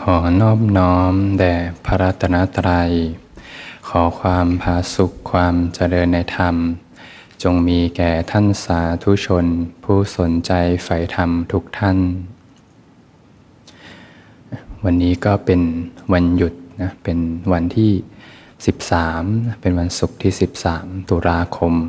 ขอนอบน้อมแด่พระรัตนตรัยขอความผาสุกความเจริญในธรรมจงมีแก่ท่านสาธุชนผู้สนใจใฝ่ธรรมทุกท่านวันนี้ก็เป็นวันหยุดนะเป็นวันที่13เป็นวันศุกร์ที่13ตุลาคม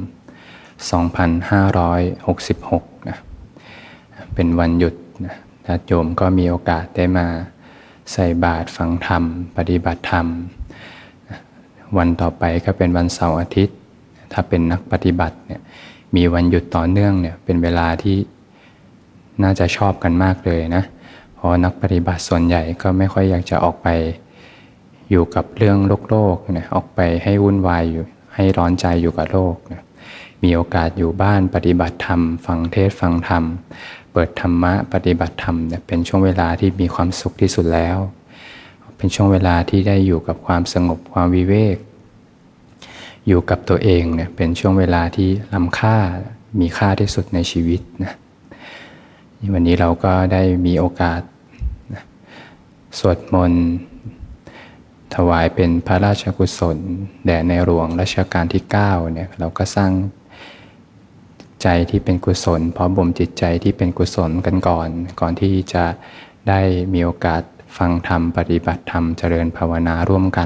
2566นะเป็นวันหยุดนะญาติโยมก็มีโอกาสได้มาใส่บาตรฟังธรรมปฏิบัติธรรมวันต่อไปก็เป็นวันเสาร์อาทิตย์ถ้าเป็นนักปฏิบัติเนี่ยมีวันหยุดต่อเนื่องเนี่ยเป็นเวลาที่น่าจะชอบกันมากเลยนะเพราะนักปฏิบัติส่วนใหญ่ก็ไม่ค่อยอยากจะออกไปอยู่กับเรื่องโลกนะออกไปให้วุ่นวายอยู่ให้ร้อนใจอยู่กับโลกนะมีโอกาสอยู่บ้านปฏิบัติธรรมฟังเทศน์ฟังธรรมเปิดธรรมะปฏิบัติธรรมเนี่ยเป็นช่วงเวลาที่มีความสุขที่สุดแล้วเป็นช่วงเวลาที่ได้อยู่กับความสงบความวิเวกอยู่กับตัวเองเนี่ยเป็นช่วงเวลาที่ล้ำค่ามีค่าที่สุดในชีวิตนะวันนี้เราก็ได้มีโอกาสสวดมนต์ถวายเป็นพระราชกุศลแด่ในหลวงรัชกาลที่9เนี่ยเราก็สร้างใจที่เป็นกุศลพร้อมบ่มจิตใจที่เป็นกุศลกันก่อนที่จะได้มีโอกาสฟังธรรมปฏิบัติธรรมเจริญภาวนาร่วมกัน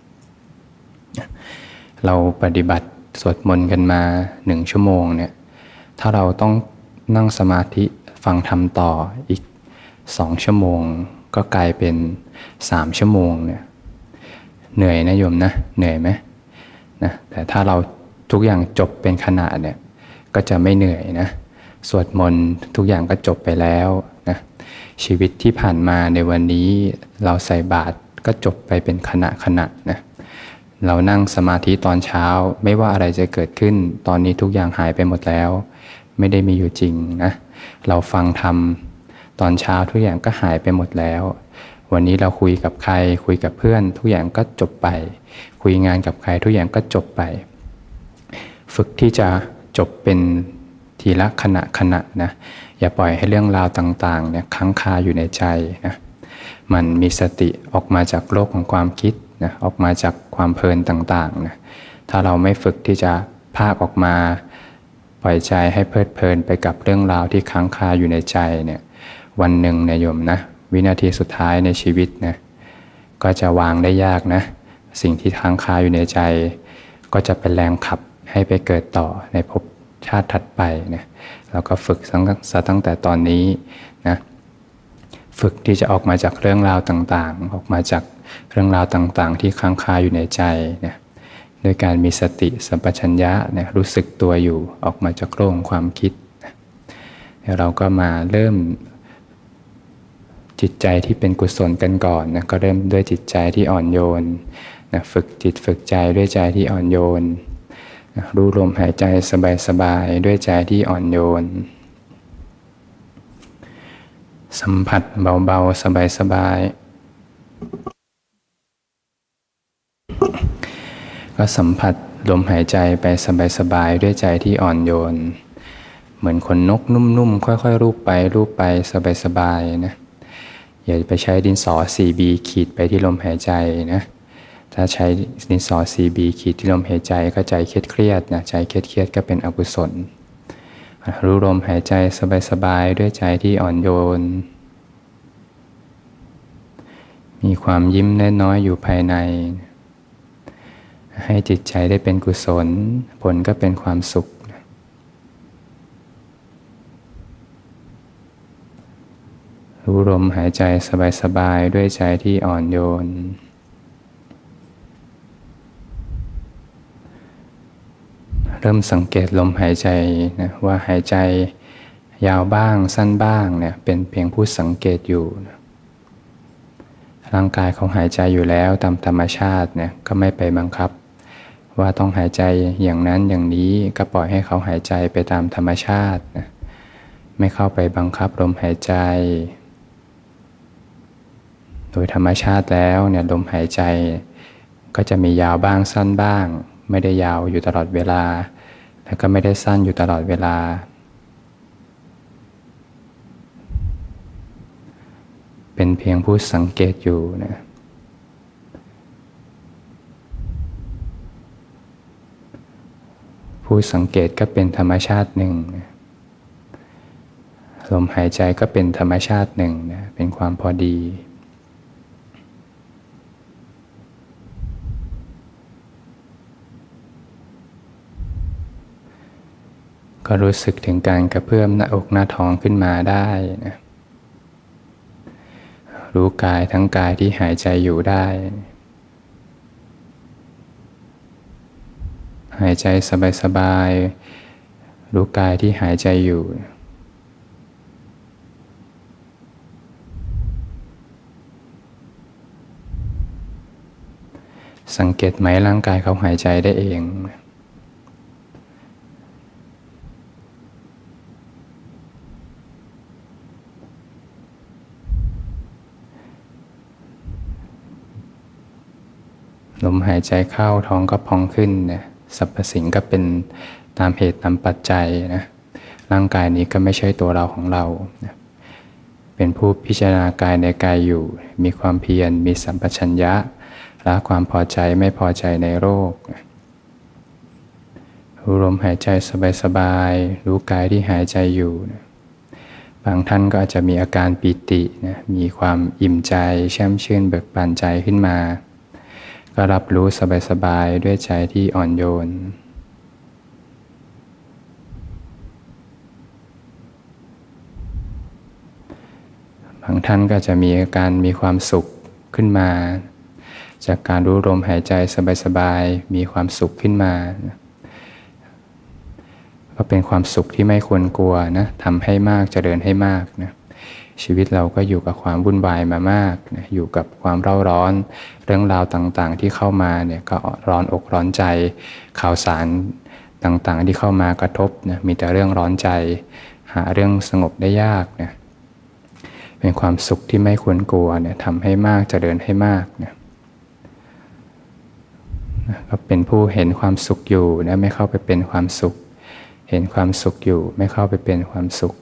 เราปฏิบัติสวดมนต์กันมา1 ชั่วโมงเนี่ยถ้าเราต้องนั่งสมาธิฟังธรรมต่ออีก2 ชั่วโมงก็กลายเป็น3 ชั่วโมงเนี่ยเหนื่อยนะโยมนะเหนื่อยไหมนะแต่ถ้าเราทุกอย่างจบเป็นขณะเนี่ยก็จะไม่เหนื่อยนะสวดมนต์ทุกอย่างก็จบไปแล้วนะชีวิตที่ผ่านมาในวันนี้เราใส่บาตรก็จบไปเป็นขณะนะเรานั่งสมาธิตอนเช้าไม่ว่าอะไรจะเกิดขึ้นตอนนี้ทุกอย่างหายไปหมดแล้วไม่ได้มีอยู่จริงนะเราฟังธรรมตอนเช้าทุกอย่างก็หายไปหมดแล้ววันนี้เราคุยกับใครคุยกับเพื่อนทุกอย่างก็จบไปคุยงานกับใครทุกอย่างก็จบไปฝึกที่จะจบเป็นทีละขณะนะอย่าปล่อยให้เรื่องราวต่างๆเนี่ยค้างคาอยู่ในใจนะมันมีสติออกมาจากโลกของความคิดนะออกมาจากความเพลินต่างๆนะถ้าเราไม่ฝึกที่จะพากออกมาปล่อยใจให้เพลิดเพลินไปกับเรื่องราวที่ค้างคาอยู่ในใจเนี่ยวันหนึ่งเนี่ยโยมนะวินาทีสุดท้ายในชีวิตนะก็จะวางได้ยากนะสิ่งที่ค้างคาอยู่ในใจก็จะเป็นแรงขับให้ไปเกิดต่อในภพชาติถัดไปนะเราก็ฝึกตั้งแต่ตอนนี้นะฝึกที่จะออกมาจากเรื่องราวต่างๆออกมาจากเรื่องราวต่างๆที่ค้างคาอยู่ในใจนะด้วยการมีสติสัมปชัญญะนะรู้สึกตัวอยู่ออกมาจากโลกความคิดนะเราก็มาเริ่มจิตใจที่เป็นกุศลกันก่อนนะก็เริ่มด้วยจิตใจที่อ่อนโยนนะฝึกจิตฝึกใจด้วยใจที่อ่อนโยนนะรู้ลมหายใจสบายๆด้วยใจที่อ่อนโยนสัมผัสเบาๆสบายๆก็สัมผัสลมหายใจไปสบายๆด้วยใจที่อ่อนโยนเหมือนขนนกนุ่มๆค่อยๆลูบไปสบายๆนะอย่าไปใช้ดินสอ 4B ขีดไปที่ลมหายใจนะถ้าใช้ดินสอ 4B ขีดที่ลมหายใจก็ใจเครียดนะใจเครียดก็เป็นอกุศลรู้ลมหายใจสบายๆด้วยใจที่อ่อนโยนมีความยิ้มน้อยๆอยู่ภายในให้จิตใจได้เป็นกุศลผลก็เป็นความสุขรู้ลมหายใจสบายๆด้วยใจที่อ่อนโยนเริ่มสังเกตลมหายใจนะว่าหายใจยาวบ้างสั้นบ้างเนี่ยเป็นเพียงผู้สังเกตอยู่นะร่างกายเขาหายใจอยู่แล้วตามธรรมชาติเนี่ยก็ไม่ไปบังคับว่าต้องหายใจอย่างนั้นอย่างนี้ก็ปล่อยให้เขาหายใจไปตามธรรมชาตินะไม่เข้าไปบังคับลมหายใจโดยธรรมชาติแล้วเนี่ยลมหายใจก็จะมียาวบ้างสั้นบ้างไม่ได้ยาวอยู่ตลอดเวลาแล้วก็ไม่ได้สั้นอยู่ตลอดเวลา เเป็นเพียงผู้สังเกตอยู่นะผู้สังเกตก็เป็นธรรมชาติหนึ่งนะลมหายใจก็เป็นธรรมชาติหนึ่งนะเป็นความพอดีก็รู้สึกถึงการกระเพื่อมหน้าอกหน้าท้องขึ้นมาได้นะรู้กายทั้งกายที่หายใจอยู่ได้หายใจสบายๆรู้กายที่หายใจอยู่สังเกตไหมร่างกายเขาหายใจได้เองลมหายใจเข้าท้องก็พองขึ้นนะสรรพสิ่งก็เป็นตามเหตุตามปัจจัยนะร่างกายนี้ก็ไม่ใช่ตัวเราของเรานะเป็นผู้พิจารณากายในกายอยู่มีความเพียรมีสัมปชัญญะละความพอใจไม่พอใจในโรครู้ลมหายใจสบายๆรู้กายที่หายใจอยู่นะบางท่านก็อาจจะมีอาการปีตินะมีความอิ่มใจแช่มชื่นเบิกบานใจขึ้นมาก็รับรู้สบายๆด้วยใจที่อ่อนโยนบางท่านก็จะมีอาการมีความสุขขึ้นมาจากการรู้ลมหายใจสบายๆมีความสุขขึ้นมาก็เป็นความสุขที่ไม่ควรกลัวนะทำให้มากเจริญให้มากนะชีวิตเราก็อยู่กับความวุ่นวายมามากนะอยู่กับความเร่าร้อนเรื่องราวต่างๆที่เข้ามาเนี่ยก็ร้อนอกร้อนใจข่าวสารต่างๆที่เข้ามากระทบนะมีแต่เรื่องร้อนใจหาเรื่องสงบได้ยากนะเป็นความสุขที่ไม่ควรกลัวเนี่ยทำให้มากเจริญให้มากนะก็เป็นผู้เห็นความสุขอยู่นะไม่เข้าไปเป็นความสุขเห็นความสุขอยู่ไม่เข้าไปเป็นความสุข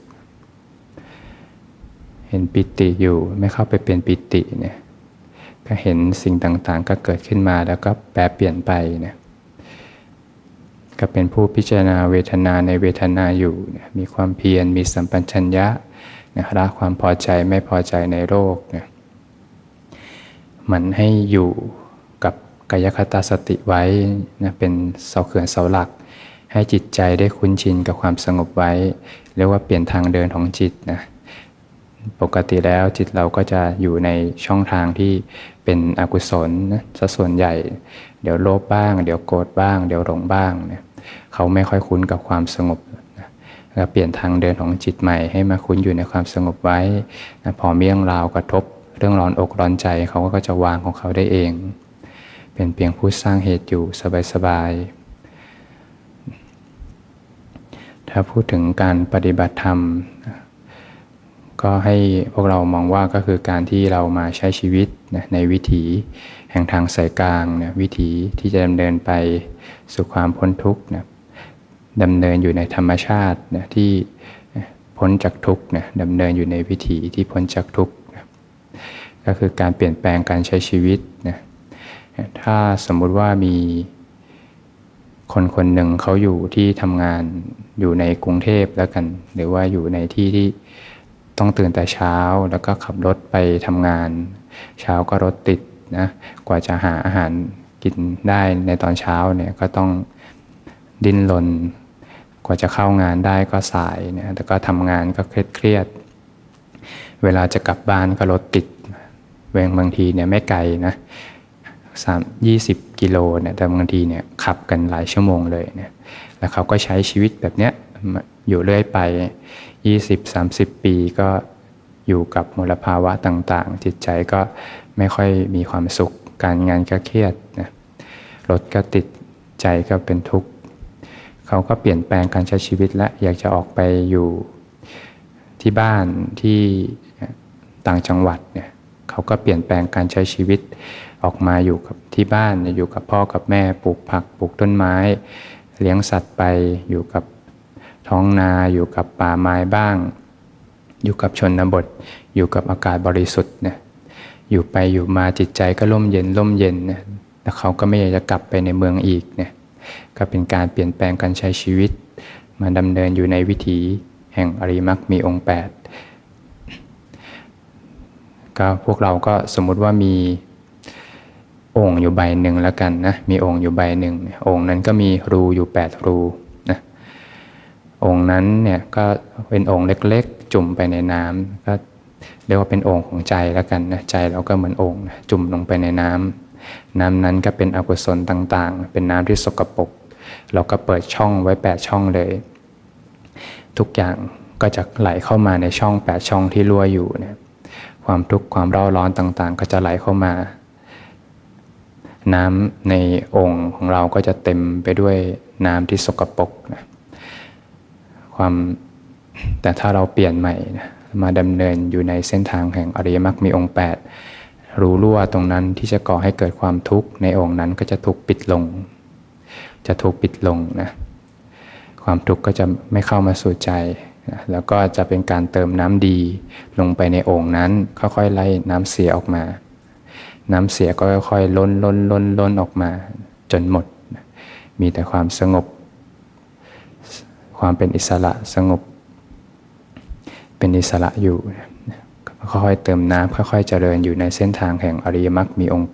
เห็นปิติอยู่ไม่เข้าไปเป็นปิติเนี่ยก็เห็นสิ่งต่างๆก็เกิดขึ้นมาแล้วก็แปรเปลี่ยนไปเนี่ยก็เป็นผู้พิจารณาเวทนาในเวทนาอยู่เนี่ยมีความเพียรมีสัมปชัญญะนะละความพอใจไม่พอใจในโรคเนี่ยมันให้อยู่กับกายคตาสติไว้นะเป็นเสาเขื่อนเสาหลักให้จิตใจได้คุ้นชินกับความสงบไว้เรียกว่าเปลี่ยนทางเดินของจิตนะปกติแล้วจิตเราก็จะอยู่ในช่องทางที่เป็นอกุศลนะซะส่วนใหญ่เดี๋ยวโลภบ้างเดี๋ยวโกรธบ้างเดี๋ยวหลงบ้างเนี่ยเขาไม่ค่อยคุ้นกับความสงบนะแล้วเปลี่ยนทางเดินของจิตใหม่ให้มาคุ้นอยู่ในความสงบไว้นะพอมีเรื่องราวกระทบเรื่องร้อนอกร้อนใจเขาก็จะวางของเขาได้เองเป็นเพียงผู้สร้างเหตุอยู่สบายๆถ้าพูดถึงการปฏิบัติธรรมก็ให้พวกเรามองว่าก็คือการที่เรามาใช้ชีวิตนะในวิถีแห่งทางสายกลางนะวิถีที่จะดำเนินไปสู่ความพ้นทุกข์นะดำเนินอยู่ในธรรมชาตินะที่พ้นจากทุกข์นะดำเนินอยู่ในวิถีที่พ้นจากทุกข์นะก็คือการเปลี่ยนแปลงการใช้ชีวิตนะถ้าสมมุติว่ามีคนคนหนึ่งเขาอยู่ที่ทำงานอยู่ในกรุงเทพแล้วกันหรือว่าอยู่ในที่ที่ต้องตื่นแต่เช้าแล้วก็ขับรถไปทำงานเช้าก็รถติดนะกว่าจะหาอาหารกินได้ในตอนเช้าเนี่ยก็ต้องดิ้นรนกว่าจะเข้างานได้ก็สายเนี่ยแต่ก็ทำงานก็เครียดเวลาจะกลับบ้านก็รถติดบางทีเนี่ยไม่ไกลนะ20 กิโลเนี่ยแต่บางทีเนี่ยขับกันหลายชั่วโมงเลยเนี่ยแล้วเขาก็ใช้ชีวิตแบบเนี้ยอยู่เรื่อยไป20-30 ปีก็อยู่กับมลภาวะต่างๆจิตใจก็ไม่ค่อยมีความสุขการงานก็เครียดนะรถก็ติดใจก็เป็นทุกข์เขาก็เปลี่ยนแปลงการใช้ชีวิตและอยากจะออกไปอยู่ที่บ้านที่ต่างจังหวัดเนี่ยเขาก็เปลี่ยนแปลงการใช้ชีวิตออกมาอยู่กับที่บ้านอยู่กับพ่อกับแม่ปลูกผักปลูกต้นไม้เลี้ยงสัตว์ไปอยู่กับท้องนาอยู่กับป่าไม้บ้างอยู่กับชนบทอยู่กับอากาศบริสุทธิ์นะอยู่ไปอยู่มาจิตใจก็ร่มเย็นนะแล้วเขาก็ไม่อยากจะกลับไปในเมืองอีกเนี่ยก็เป็นการเปลี่ยนแปลงการใช้ชีวิตมาดำเนินอยู่ในวิถีแห่งอริยมรรคมีองค์8ก็พวกเราก็สมมุติว่ามีโอ่งอยู่ใบหนึ่งแล้วกันนะมีโอ่งอยู่ใบหนึ่งโอ่งนั้นก็มีรูอยู่8รูนะโอ่งนั้นเนี่ยก็เป็นโอ่งเล็กๆจุ่มไปในน้ำก็เรียกว่าเป็นโอ่งของใจแล้วกันนะใจเราก็เหมือนโอ่งจุ่มลงไปในน้ำนั้นก็เป็นอกุศลต่างๆเป็นน้ำที่สกปรกเราก็เปิดช่องไว้8ช่องเลยทุกอย่างก็จะไหลเข้ามาในช่อง8ช่องที่รั่วอยู่เนี่ยความทุกข์ความเร่าร้อนต่างๆก็จะไหลเข้ามาน้ำในโอ่งของเราก็จะเต็มไปด้วยน้ำที่สกปรกนะแต่ถ้าเราเปลี่ยนใหม่นะมาดำเนินอยู่ในเส้นทางแห่งอริยมรรคมีองค์8รู้รั่วตรงนั้นที่จะก่อให้เกิดความทุกข์ในโอ่งนั้นก็จะถูกปิดลงนะความทุกข์ก็จะไม่เข้ามาสู่ใจนะแล้วก็จะเป็นการเติมน้ำดีลงไปในโอ่งนั้นค่อยๆไล่น้ำเสียออกมาน้ำเสียก็ค่อยๆล้นออกมาจนหมดมีแต่ความสงบความเป็นอิสระสงบเป็นอิสระอยู่ค่อยๆเติมน้ำค่อยๆเจริญอยู่ในเส้นทางแห่งอริยมรรคมีองค์8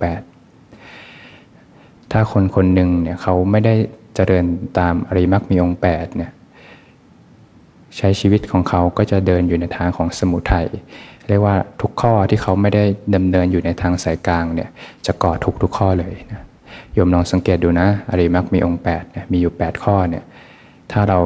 ถ้าคนหนึ่งเนี่ยเขาไม่ได้เจริญตามอริยมรรคมีองค์8เนี่ยใช้ชีวิตของเขาก็จะเดินอยู่ในทางของสมุทัยเรียกว่าทุกข้อที่เขาไม่ได้ดำเนินอยู่ในทางสายกลางเนี่ยจะก่อทุกข้อเลยนะโยมลองสังเกตดูนะอริยมรรคมีองค์8เนี่ยมีอยู่8ข้อเนี่ยถ้าเรา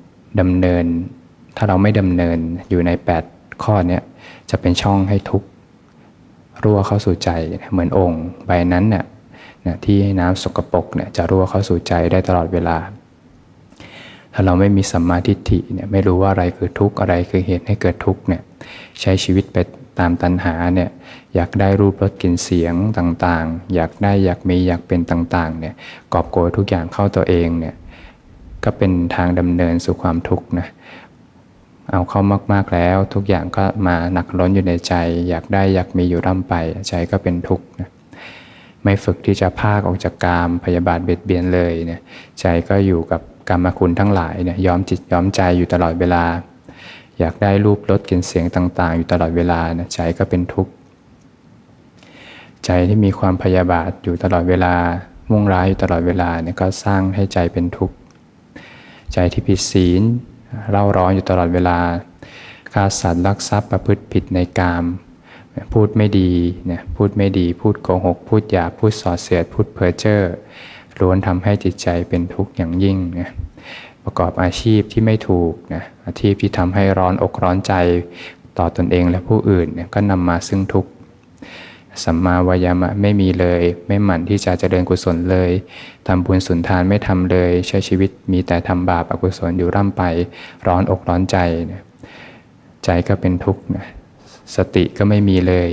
ไม่ดำเนินอยู่ใน8ข้อเนี่ยจะเป็นช่องให้ทุกข์รั่วเข้าสู่ใจเหมือนโอ่งใบนั้นเนี่ยที่น้ำสกปรกเนี่ยจะรั่วเข้าสู่ใจได้ตลอดเวลาถ้าเราไม่มีสัมมาทิฏฐิเนี่ยไม่รู้ว่าอะไรคือทุกข์อะไรคือเหตุให้เกิดทุกข์เนี่ยใช้ชีวิตไปตามตัณหาเนี่ยอยากได้รูปรสกลิ่นเสียงต่างๆอยากได้อยากมีอยากเป็นต่างๆเนี่ยกอบโกยทุกอย่างเข้าตัวเองเนี่ยก็เป็นทางดำเนินสู่ความทุกข์นะเอาเข้ามากๆแล้วทุกอย่างก็มาหนักล้นอยู่ในใจอยากได้อยากมีอยู่ร่ำไปใจก็เป็นทุกข์นะไม่ฝึกที่จะพากออกจากกามพยาบาทเบียดเบียนเลยเนี่ยใจก็อยู่กับกรรมคุณทั้งหลายเนี่ยย้อมจิตย้อมใจอยู่ตลอดเวลาอยากได้รูปรสกลิ่นเสียงต่างๆอยู่ตลอดเวลานะใจก็เป็นทุกข์ใจที่มีความพยาบาทอยู่ตลอดเวลามุ่งร้ายอยู่ตลอดเวลาเนี่ยก็สร้างให้ใจเป็นทุกข์ใจที่ผิดศีลเร่าร้อนอยู่ตลอดเวลาฆ่าสัตว์ลักทรัพย์ประพฤติผิดในกามพูดไม่ดีเนี่ยพูดไม่ดีพูดโกหกพูดหยาบพูดส่อเสียดพูดเพ้อเจ้อล้วนทำให้จิตใจเป็นทุกข์อย่างยิ่งนะประกอบอาชีพที่ไม่ถูกนะอาชีพที่ทำให้ร้อนอกร้อนใจต่อตนเองและผู้อื่นเนี่ยก็นำมาซึ่งทุกข์สัมมาวายามะไม่มีเลยไม่หมั่นที่จะเจริญกุศลเลยทำบุญสุนทานไม่ทำเลยใช้ชีวิตมีแต่ทำบาปอกุศลอยู่ร่ำไปร้อนอกร้อนใจนะใจก็เป็นทุกข์นะสติก็ไม่มีเลย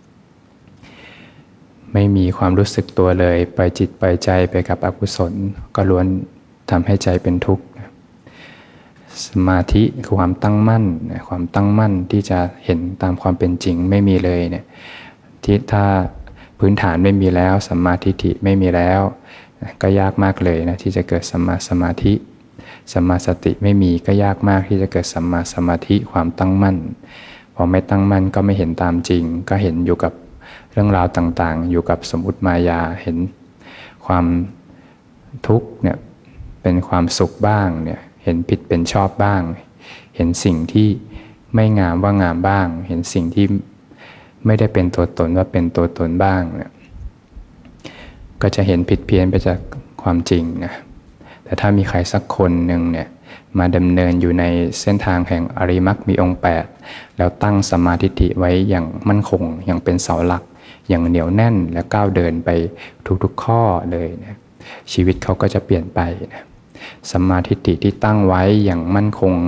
ไม่มีความรู้สึกตัวเลยปล่อยจิตปล่อยใจไปกับอกุศลก็ล้วนทำให้ใจเป็นทุกข์สมาธิคือความตั้งมั่นความตั้งมั่นที่จะเห็นตามความเป็นจริงไม่มีเลยเนี่ยที่ถ้าพื้นฐานไม่มีแล้วสัมมาทิฏฐิไม่มีแล้วก็ยากมากเลยนะที่จะเกิดสัมมาสมาธิสัมมาสติไม่มีก็ยากมากที่จะเกิดสัมมาสมาธิความตั้งมั่นพอไม่ตั้งมั่นก็ไม่เห็นตามจริงก็เห็นอยู่กับเรื่องราวต่างๆอยู่กับสมมุติมายาเห็นความทุกข์เนี่ยเป็นความสุขบ้างเนี่ยเห็นผิดเป็นชอบบ้างเห็นสิ่งที่ไม่งามว่างามบ้างเห็นสิ่งที่ไม่ได้เป็นตัวตนว่าเป็นตัวตนบ้างเนี่ยก็จะเห็นผิดเพี้ยนไปจากความจริงนะแต่ถ้ามีใครสักคนหนึ่งเนี่ยมาดำเนินอยู่ในเส้นทางแห่งอริยมรรคมีองค์8แล้วตั้งสัมมาทิฏฐิไว้อย่างมั่นคงอย่างเป็นเสาหลักอย่างเหนียวแน่นและก้าวเดินไปทุกๆข้อเลยนะชีวิตเขาก็จะเปลี่ยนไปนะสัมมาทิฏฐิที่ตั้งไว้อย่างมั่นคง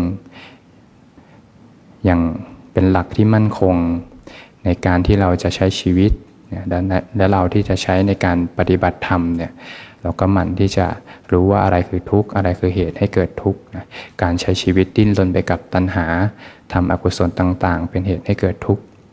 อย่างเป็นหลักที่มั่นคงในการที่เราจะใช้ชีวิตและเราที่จะใช้ในการปฏิบัติธรรมเนี่ยเราก็หมั่นที่จะรู้ว่าอะไรคือทุกข์อะไรคือเหตุให้เกิดทุกข์นะการใช้ชีวิตดิ้นรนไปกับตัณหาทำอกุศลต่างๆเป็นเหตุให้เกิดทุกข์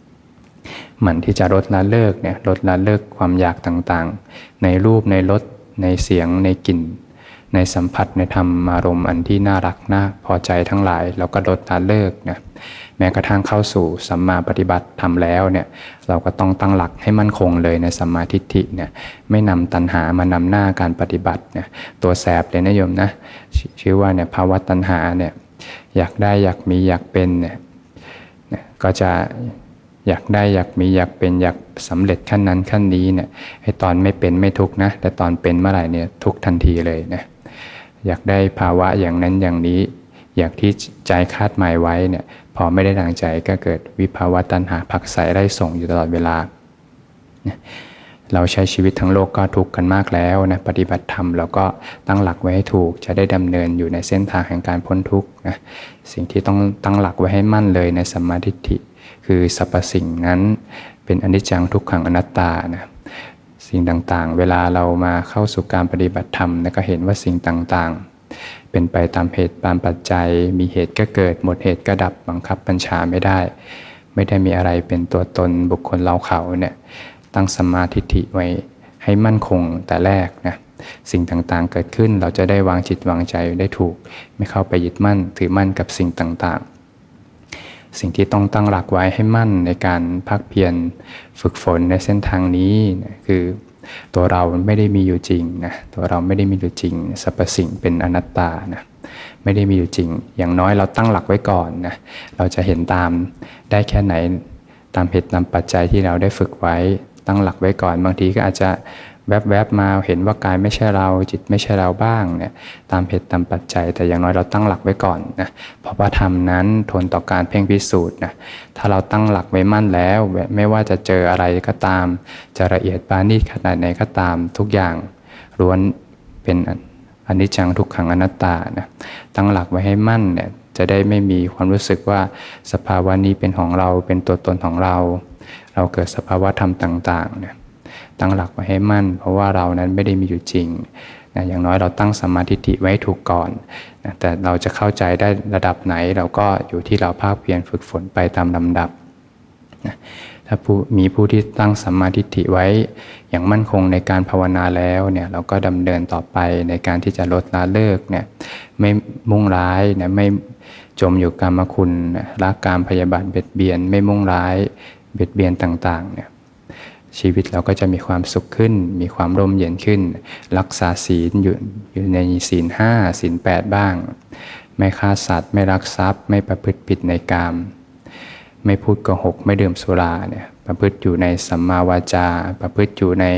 หมั่นที่จะลดละเลิกเนี่ยลดละเลิกความอยากต่างๆในรูปในรสในเสียงในกลิ่นในสัมผัสในธรรมารมณ์อันที่น่ารักน่าพอใจทั้งหลายแล้วก็ลดละเลิกนะแม้กระทั่งเข้าสู่สัมมาปฏิบัติทำแล้วเนี่ยเราก็ต้องตั้งหลักให้มั่นคงเลยในสัมมาทิฏฐิเนี่ยไม่นำตัณหามานำหน้าการปฏิบัติเนี่ยตัวแสบเลยนะโยมนะชื่อว่าเนี่ยภาวะตัณหาเนี่ยอยากได้อยากมีอยากเป็นเนี่ยก็จะอยากได้อยากมีอยากเป็นอยากสำเร็จขั้นนั้นขั้นนี้เนี่ยให้ตอนไม่เป็นไม่ทุกข์นะแต่ตอนเป็นเมื่อไหร่เนี่ยทุกข์ทันทีเลยนะอยากได้ภาวะอย่างนั้นอย่างนี้อยากที่ใจคาดหมายไว้เนี่ยพอไม่ได้ดังใจก็เกิดวิภาวะตัณหาผลักไสไล่ส่งอยู่ตลอดเวลาเราใช้ชีวิตทั้งโลกก็ทุกข์กันมากแล้วนะปฏิบัติธรรมแล้วก็ตั้งหลักไว้ให้ถูกจะได้ดำเนินอยู่ในเส้นทางแห่งการพ้นทุกข์นะสิ่งที่ต้องตั้งหลักไว้ให้มั่นเลยในสัมมาทิฏฐิคือสรรพสิ่งนั้นเป็นอนิจจังทุกขังอนัตตานะสิ่งต่างๆเวลาเรามาเข้าสู่การปฏิบัติธรรมก็เห็นว่าสิ่งต่างๆเป็นไปตามเหตุตามปัจจัยมีเหตุก็เกิดหมดเหตุก็ดับบังคับบัญชาไม่ได้มีอะไรเป็นตัวตนบุคคลเราเขาเนี่ยตั้งสัมมาทิฏฐิไว้ให้มั่นคงแต่แรกนะสิ่งต่างๆเกิดขึ้นเราจะได้วางจิตวางใจได้ถูกไม่เข้าไปยึดมั่นถือมั่นกับสิ่งต่างๆสิ่งที่ต้องตั้งหลักไว้ให้มั่นในการภาคเพียรฝึกฝนในเส้นทางนี้นะคือตัวเราไม่ได้มีอยู่จริงนะตัวเราไม่ได้มีอยู่จริงสรรพสิ่งเป็นอนัตตานะไม่ได้มีอยู่จริงอย่างน้อยเราตั้งหลักไว้ก่อนนะเราจะเห็นตามได้แค่ไหนตามเหตุตามปัจจัยที่เราได้ฝึกไว้ตั้งหลักไว้ก่อนบางทีก็อาจจะแวบๆมาเห็นว่ากายไม่ใช่เราจิตไม่ใช่เราบ้างเนี่ยตามเหตุตามปัจจัยแต่อย่างน้อยเราตั้งหลักไว้ก่อนนะเพราะว่าธรรมนั้นทนต่อการเพ่งพิสูจน์นะถ้าเราตั้งหลักไว้มั่นแล้วไม่ว่าจะเจออะไรก็ตามจะละเอียดปราณีตขนาดไหนก็ตามทุกอย่างล้วนเป็นอนิจจังทุกขังอนัตตานะตั้งหลักไว้ให้มั่นเนี่ยจะได้ไม่มีความรู้สึกว่าสภาวะนี้เป็นของเราเป็นตัวตนของเราเกิดสภาวะธรรมต่างๆเนี่ยตั้งหลักไว้ให้มั่นเพราะว่าเรานั้นไม่ได้มีอยู่จริงนะอย่างน้อยเราตั้งสัมมาทิฏฐิไว้ถูกก่อนนะแต่เราจะเข้าใจได้ระดับไหนเราก็อยู่ที่เราภาคเพียรฝึกฝนไปตามลำดับนะถ้ามีผู้ที่ตั้งสัมมาทิฏฐิไว้อย่างมั่นคงในการภาวนาแล้วเนี่ยเราก็ดำเนินต่อไปในการที่จะลดละเลิกเนี่ยไม่มุ่งร้ายนะไม่จมอยู่กามคุณละกามพยาบาทเบียดเบียนไม่มุ่งร้ายเบียดเบียนต่างๆเนี่ยชีวิตเราก็จะมีความสุขขึ้นมีความร่มเย็นขึ้นรักษาศีลอยู่ในศีล 5 ศีล 8บ้างไม่ฆ่าสัตว์ไม่ลักทรัพย์ไม่ประพฤติผิดในกามไม่พูดโกหกไม่ดื่มสุราเนี่ยประพฤติอยู่ในสัมมาวาจาประพฤติอยู่ใน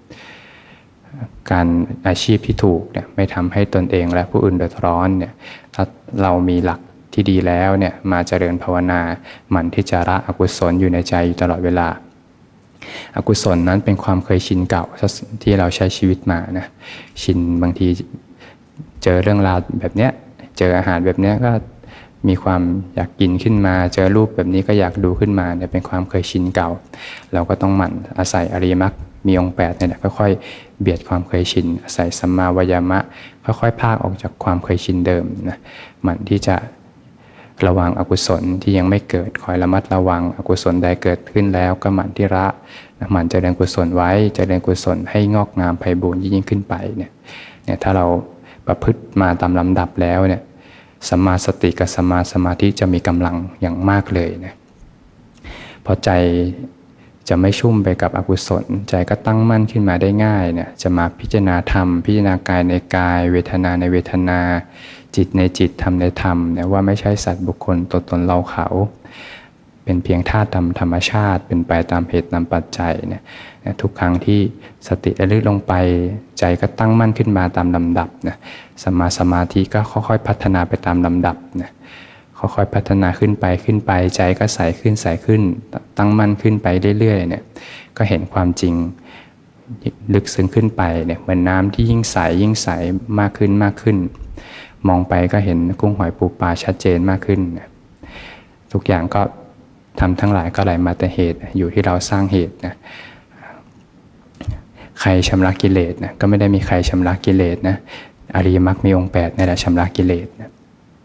การอาชีพที่ถูกเนี่ยไม่ทำให้ตนเองและผู้อื่นเดือดร้อนเนี่ยถ้าเรามีหลักที่ดีแล้วเนี่ยมาเจริญภาวนาหมั่นที่จะละอกุศลอยู่ในใจอยู่ตลอดเวลาอกุศลนั้นเป็นความเคยชินเก่าที่เราใช้ชีวิตมานะชินบางทีเจอเรื่องราวแบบเนี้ยเจออาหารแบบเนี้ยก็มีความอยากกินขึ้นมาเจอรูปแบบนี้ก็อยากดูขึ้นมาเนี่ยเป็นความเคยชินเก่าเราก็ต้องหมั่นอาศัยอริยมรรคมีองค์8เนี่ยค่อยๆเบียดความเคยชินอาศัยสัมมาวายามะค่อยๆพากออกจากความเคยชินเดิมนะหมั่นที่จะระวังอกุศลที่ยังไม่เกิดคอยระมัดระวังอกุศลใดเกิดขึ้นแล้วก็หมั่นที่ละหมั่นเจริญกุศลไว้เจริญกุศลให้งอกงามไพบูลย์ยิ่งขึ้นไปเนี่ยถ้าเราประพฤติมาตามลำดับแล้วเนี่ยสัมมาสติกับสัมมาสมาธิจะมีกำลังอย่างมากเลยนะพอใจจะไม่ชุ่มไปกับอกุศลใจก็ตั้งมั่นขึ้นมาได้ง่ายเนี่ยจะมาพิจารณาธรรมพิจารณากายในกายเวทนาในเวทนาจิตในจิตธรรมในธรรมเนี่ยว่าไม่ใช่สัตว์บุคคลตัวตนเราเขาเป็นเพียงธาตุธรรมชาติเป็นไปตามเหตุตามปัจจัยเนี่ยทุกครั้งที่สติระลึกลงไปใจก็ตั้งมั่นขึ้นมาตามลำดับนะสัมมาสมาธิก็ค่อยๆพัฒนาไปตามลำดับนะค่อยๆพัฒนาขึ้นไปใจก็ใสขึ้นตั้งมั่นขึ้นไปเรื่อยๆเนี่ยก็เห็นความจริงลึกซึ้งขึ้นไปเนี่ยเหมือนน้ำที่ยิ่งใสมากขึ้นมองไปก็เห็นกุ้งหอยปูปลาชัดเจนมากขึ้นนะทุกอย่างก็ทำทั้งหลายก็ไหลมาแต่เหตุอยู่ที่เราสร้างเหตุนะใครชำระกิเลสนะก็ไม่ได้มีใครชำระกิเลสนะอริยมรรคมีองค์8นี่แหละชำระกิเลสนะ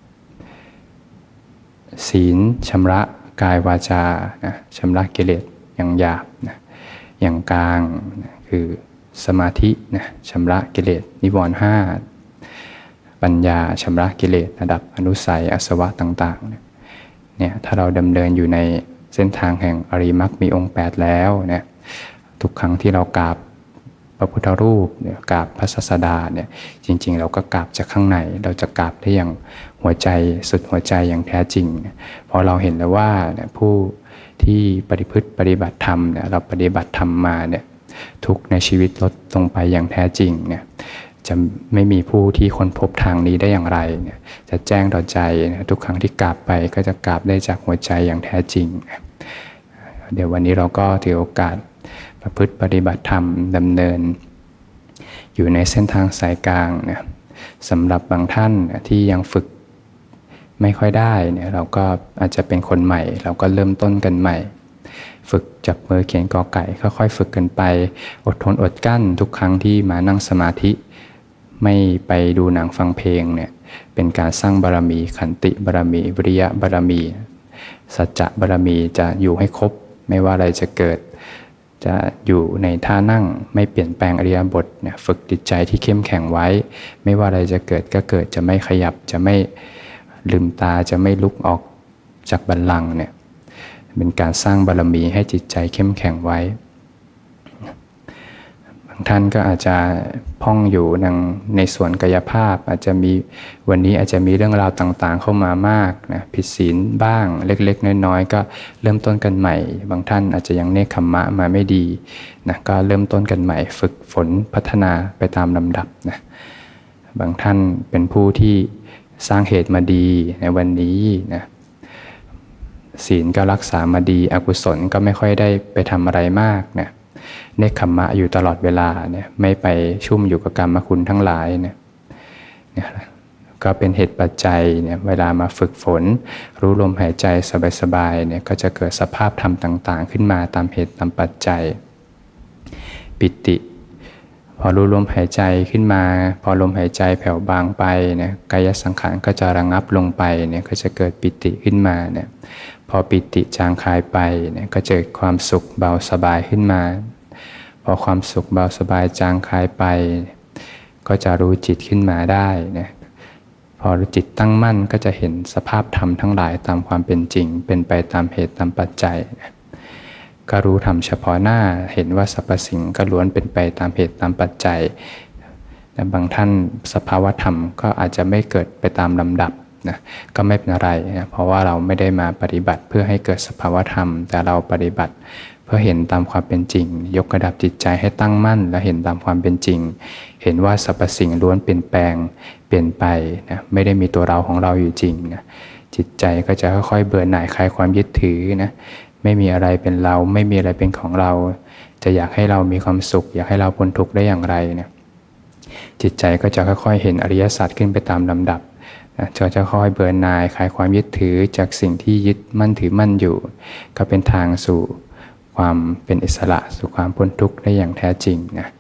ศีลชำระกายวาจานะชำระกิเลสอย่างหยาบนะอย่างกลางนะคือสมาธินะชำระกิเลสนิวรณ์ห้าปัญญาชำระกิเลสระดับอนุสัยอาสวะต่างๆเนี่ยถ้าเราดำเนินอยู่ในเส้นทางแห่งอริยมรรคมีองค์8แล้วเนี่ยทุกครั้งที่เรากราบพระพุทธรูปเนี่ยกราบพระศาสดาเนี่ยจริงๆเราก็กราบจากข้างในเราจะกราบได้อย่างหัวใจสุดหัวใจอย่างแท้จริงเพราะเราเห็นแล้วว่าเนี่ยผู้ที่ปฏิบัติธรรมเนี่ยเราปฏิบัติธรรมมาเนี่ยทุกในชีวิตลดลงไปอย่างแท้จริงเนี่ยจะไม่มีผู้ที่ค้นพบทางนี้ได้อย่างไรเนี่ยจะแจ้งต่อใจนะทุกครั้งที่กราบไปก็จะกราบได้จากหัวใจอย่างแท้จริงเดี๋ยววันนี้เราก็ถือโอกาสประพฤติปฏิบัติธรรมดำเนินอยู่ในเส้นทางสายกลางนะสำหรับบางท่านที่ยังฝึกไม่ค่อยได้เนี่ยเราก็อาจจะเป็นคนใหม่เราก็เริ่มต้นกันใหม่ฝึกจับมือเขียนกอไก่ค่อยๆฝึกกันไปอดทนอดกั้นทุกครั้งที่มานั่งสมาธิไม่ไปดูหนังฟังเพลงเนี่ยเป็นการสร้างบารมีขันติบารมีวิริยะบารมีสัจจะบารมีจะอยู่ให้ครบไม่ว่าอะไรจะเกิดจะอยู่ในท่านั่งไม่เปลี่ยนแปลงอริยบทเนี่ยฝึกจิตใจที่เข้มแข็งไว้ไม่ว่าอะไรจะเกิดก็เกิดจะไม่ขยับจะไม่ลืมตาจะไม่ลุกออกจากบัลลังก์เนี่ยเป็นการสร้างบารมีให้จิตใจเข้มแข็งไว้บางท่านก็อาจจะพ่องอยู่ในส่วนกายภาพอาจจะมีวันนี้อาจจะมีเรื่องราวต่างๆเข้ามามากนะผิดศีลบ้างเล็กๆน้อยๆก็เริ่มต้นกันใหม่บางท่านอาจจะยังเนกขัมมะมาไม่ดีนะก็เริ่มต้นกันใหม่ฝึกฝนพัฒนาไปตามลำดับนะบางท่านเป็นผู้ที่สร้างเหตุมาดีในวันนี้นะศีลก็รักษามาดีอกุศลก็ไม่ค่อยได้ไปทำอะไรมากนะเนกขัมมะอยู่ตลอดเวลาเนี่ยไม่ไปชุ่มอยู่กับกรรมคุณทั้งหลายเนี่ยก็เป็นเหตุปัจจัยเนี่ยเวลามาฝึกฝนรู้ลมหายใจสบายๆเนี่ยก็จะเกิดสภาพธรรมต่างๆขึ้นมาตามเหตุตามปัจจัยปิติพอรู้ลมหายใจขึ้นมาพอลมหายใจแผ่วบางไปเนี่ยกายสังขารก็จะระงับลงไปเนี่ยก็จะเกิดปิติขึ้นมาเนี่ยพอปิติจางคายไปเนี่ยก็จะเกิดความสุขเบาสบายขึ้นมาพอความสุขเบาสบายจางคายไปก็จะรู้จิตขึ้นมาได้นะพอรู้จิตตั้งมั่นก็จะเห็นสภาพธรรมทั้งหลายตามความเป็นจริงเป็นไปตามเหตุตามปัจจัยนะก็รู้ธรรมเฉพาะหน้าเห็นว่าสรรพสิ่งก็ล้วนเป็นไปตามเหตุตามปัจจัยแต่บางท่านสภาวธรรมก็อาจจะไม่เกิดไปตามลำดับนะก็ไม่เป็นไรนะเพราะว่าเราไม่ได้มาปฏิบัติเพื่อให้เกิดสภาวธรรมแต่เราปฏิบัติเพื่อเห็นตามความเป็นจริงยกระดับจิตใจให้ตั้งมั่นและเห็นตามความเป็นจริงเห็นว่าสรรพสิ่งล้วนเปลี่ยนแปลงเปลี่ยนไปนะไม่ได้มีตัวเราของเราอยู่จริงนะจิตใจก็จะค่อยๆเบื่อหน่ายคลายความยึดถือนะไม่มีอะไรเป็นเราไม่มีอะไรเป็นของเราจะอยากให้เรามีความสุขอยากให้เราพ้นทุกข์ได้อย่างไรเนี่ยจิตใจก็จะค่อยๆเห็นอริยสัจขึ้นไปตามลำดับจะค่อยเบื่อหน่ายคลายความยึดถือจากสิ่งที่ยึดมั่นถือมั่นอยู่ก็เป็นทางสู่ความเป็นอิสระสู่ความพ้นทุกข์ได้อย่างแท้จริงนะ